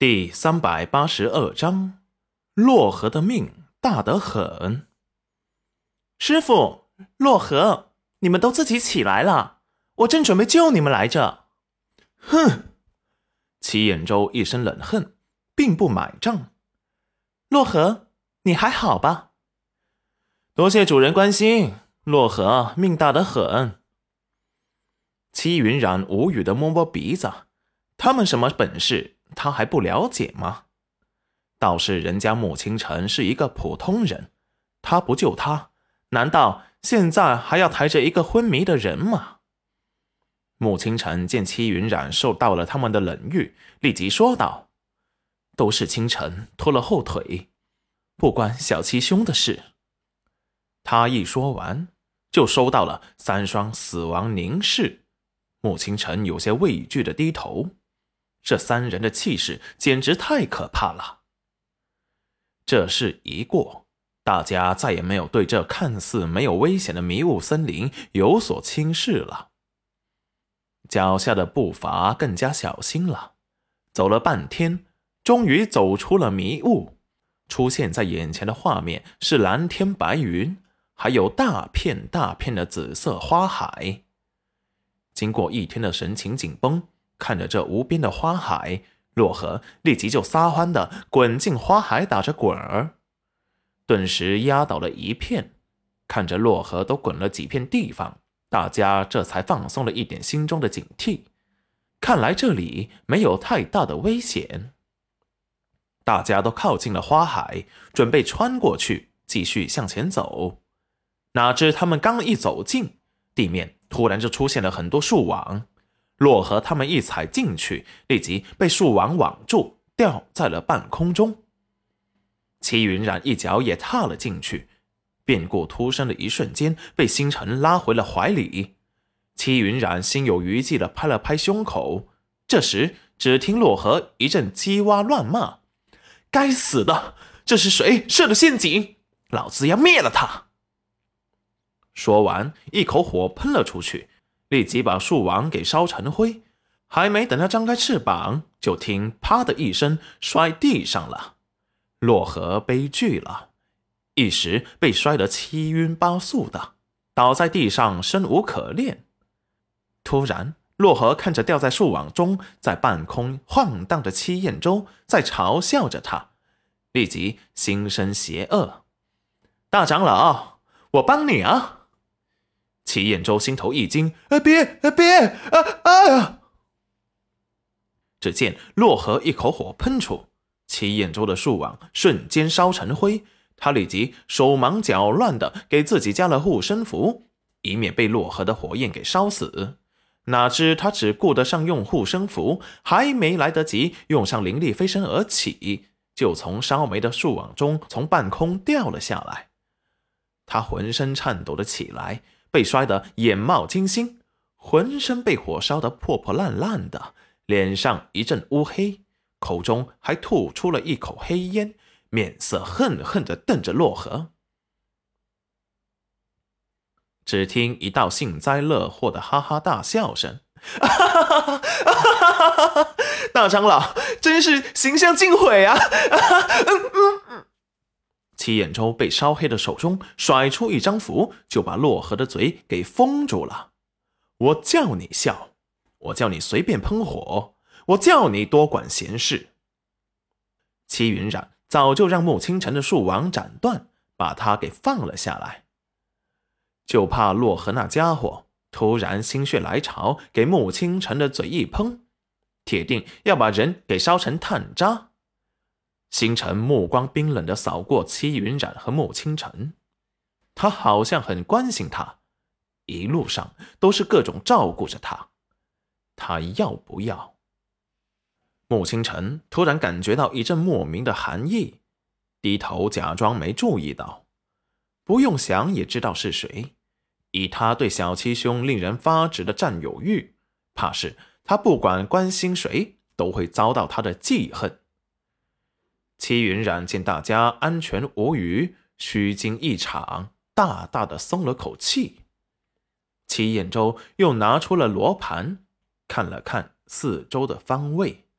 第382章，洛河的命大得很。师傅，洛河，你们都自己起来了，我正准备救你们来着。 哼！ 齐衍周一声冷恨，并不买账。洛河，你还好吧？多谢主人关心，洛河命大得很。戚云染无语地摸摸鼻子，他们什么本事他还不了解吗？倒是人家穆清晨是一个普通人，他不救他，难道现在还要抬着一个昏迷的人吗？穆清晨见戚云染受到了他们的冷遇，立即说道：都是清晨拖了后腿，不关小七兄的事。他一说完，就收到了3双死亡凝视。穆清晨有些畏惧地低头，这3人的气势简直太可怕了。这事一过，大家再也没有对这看似没有危险的迷雾森林有所轻视了。脚下的步伐更加小心了，走了半天，终于走出了迷雾。出现在眼前的画面是蓝天白云，还有大片大片的紫色花海。经过一天的神情紧绷，看着这无边的花海，洛河立即就撒欢地滚进花海打着滚儿，顿时压倒了一片。看着洛河都滚了几片地方，大家这才放松了一点心中的警惕，看来这里没有太大的危险。大家都靠近了花海，准备穿过去继续向前走，哪知他们刚一走近，地面突然就出现了很多树网，洛河他们一踩进去，立即被树网网住，掉在了半空中。戚云染一脚也踏了进去，变故突生的一瞬间，被星辰拉回了怀里。戚云染心有余悸地拍了拍胸口，这时只听洛河一阵叽哇乱骂：该死的，这是谁设的陷阱？老子要灭了他！说完，一口火喷了出去，立即把树网给烧成灰。还没等他张开翅膀，就听啪的一声摔地上了。洛河悲剧了，一时被摔得七晕八素的，倒在地上生无可恋。突然，洛河看着掉在树网中在半空晃荡着戚衍周在嘲笑着他，立即心生邪恶：大长老，我帮你啊！戚衍周心头一惊：别！只见洛河一口火喷出，戚衍周的树网瞬间烧成灰，他立即手忙脚乱的给自己加了护身符，以免被洛河的火焰给烧死。哪知他只顾得上用护身符，还没来得及用上灵力飞身而起，就从烧没的树网中从半空掉了下来。他浑身颤抖了起来，被摔得眼冒金星，浑身被火烧得破破烂烂的，脸上一阵乌黑，口中还吐出了一口黑烟，面色恨恨地瞪着洛河。只听一道幸灾乐祸的哈哈大笑声：大长老真是形象尽毁啊！戚衍周被烧黑的手中甩出一张符，就把洛河的嘴给封住了。我叫你笑，我叫你随便喷火，我叫你多管闲事。戚云染早就让穆清晨的树网斩断，把他给放了下来，就怕洛河那家伙突然心血来潮，给穆清晨的嘴一喷，铁定要把人给烧成炭渣。星辰目光冰冷地扫过戚云染和穆清晨，他好像很关心他，一路上都是各种照顾着他，他要不要？穆清晨突然感觉到一阵莫名的寒意，低头假装没注意到，不用想也知道是谁。以他对小七兄令人发指的占有欲，怕是他不管关心谁都会遭到他的记恨。戚云染见大家安全无虞，虚惊一场，大大的松了口气。戚衍周又拿出了罗盘，看了看四周的方位，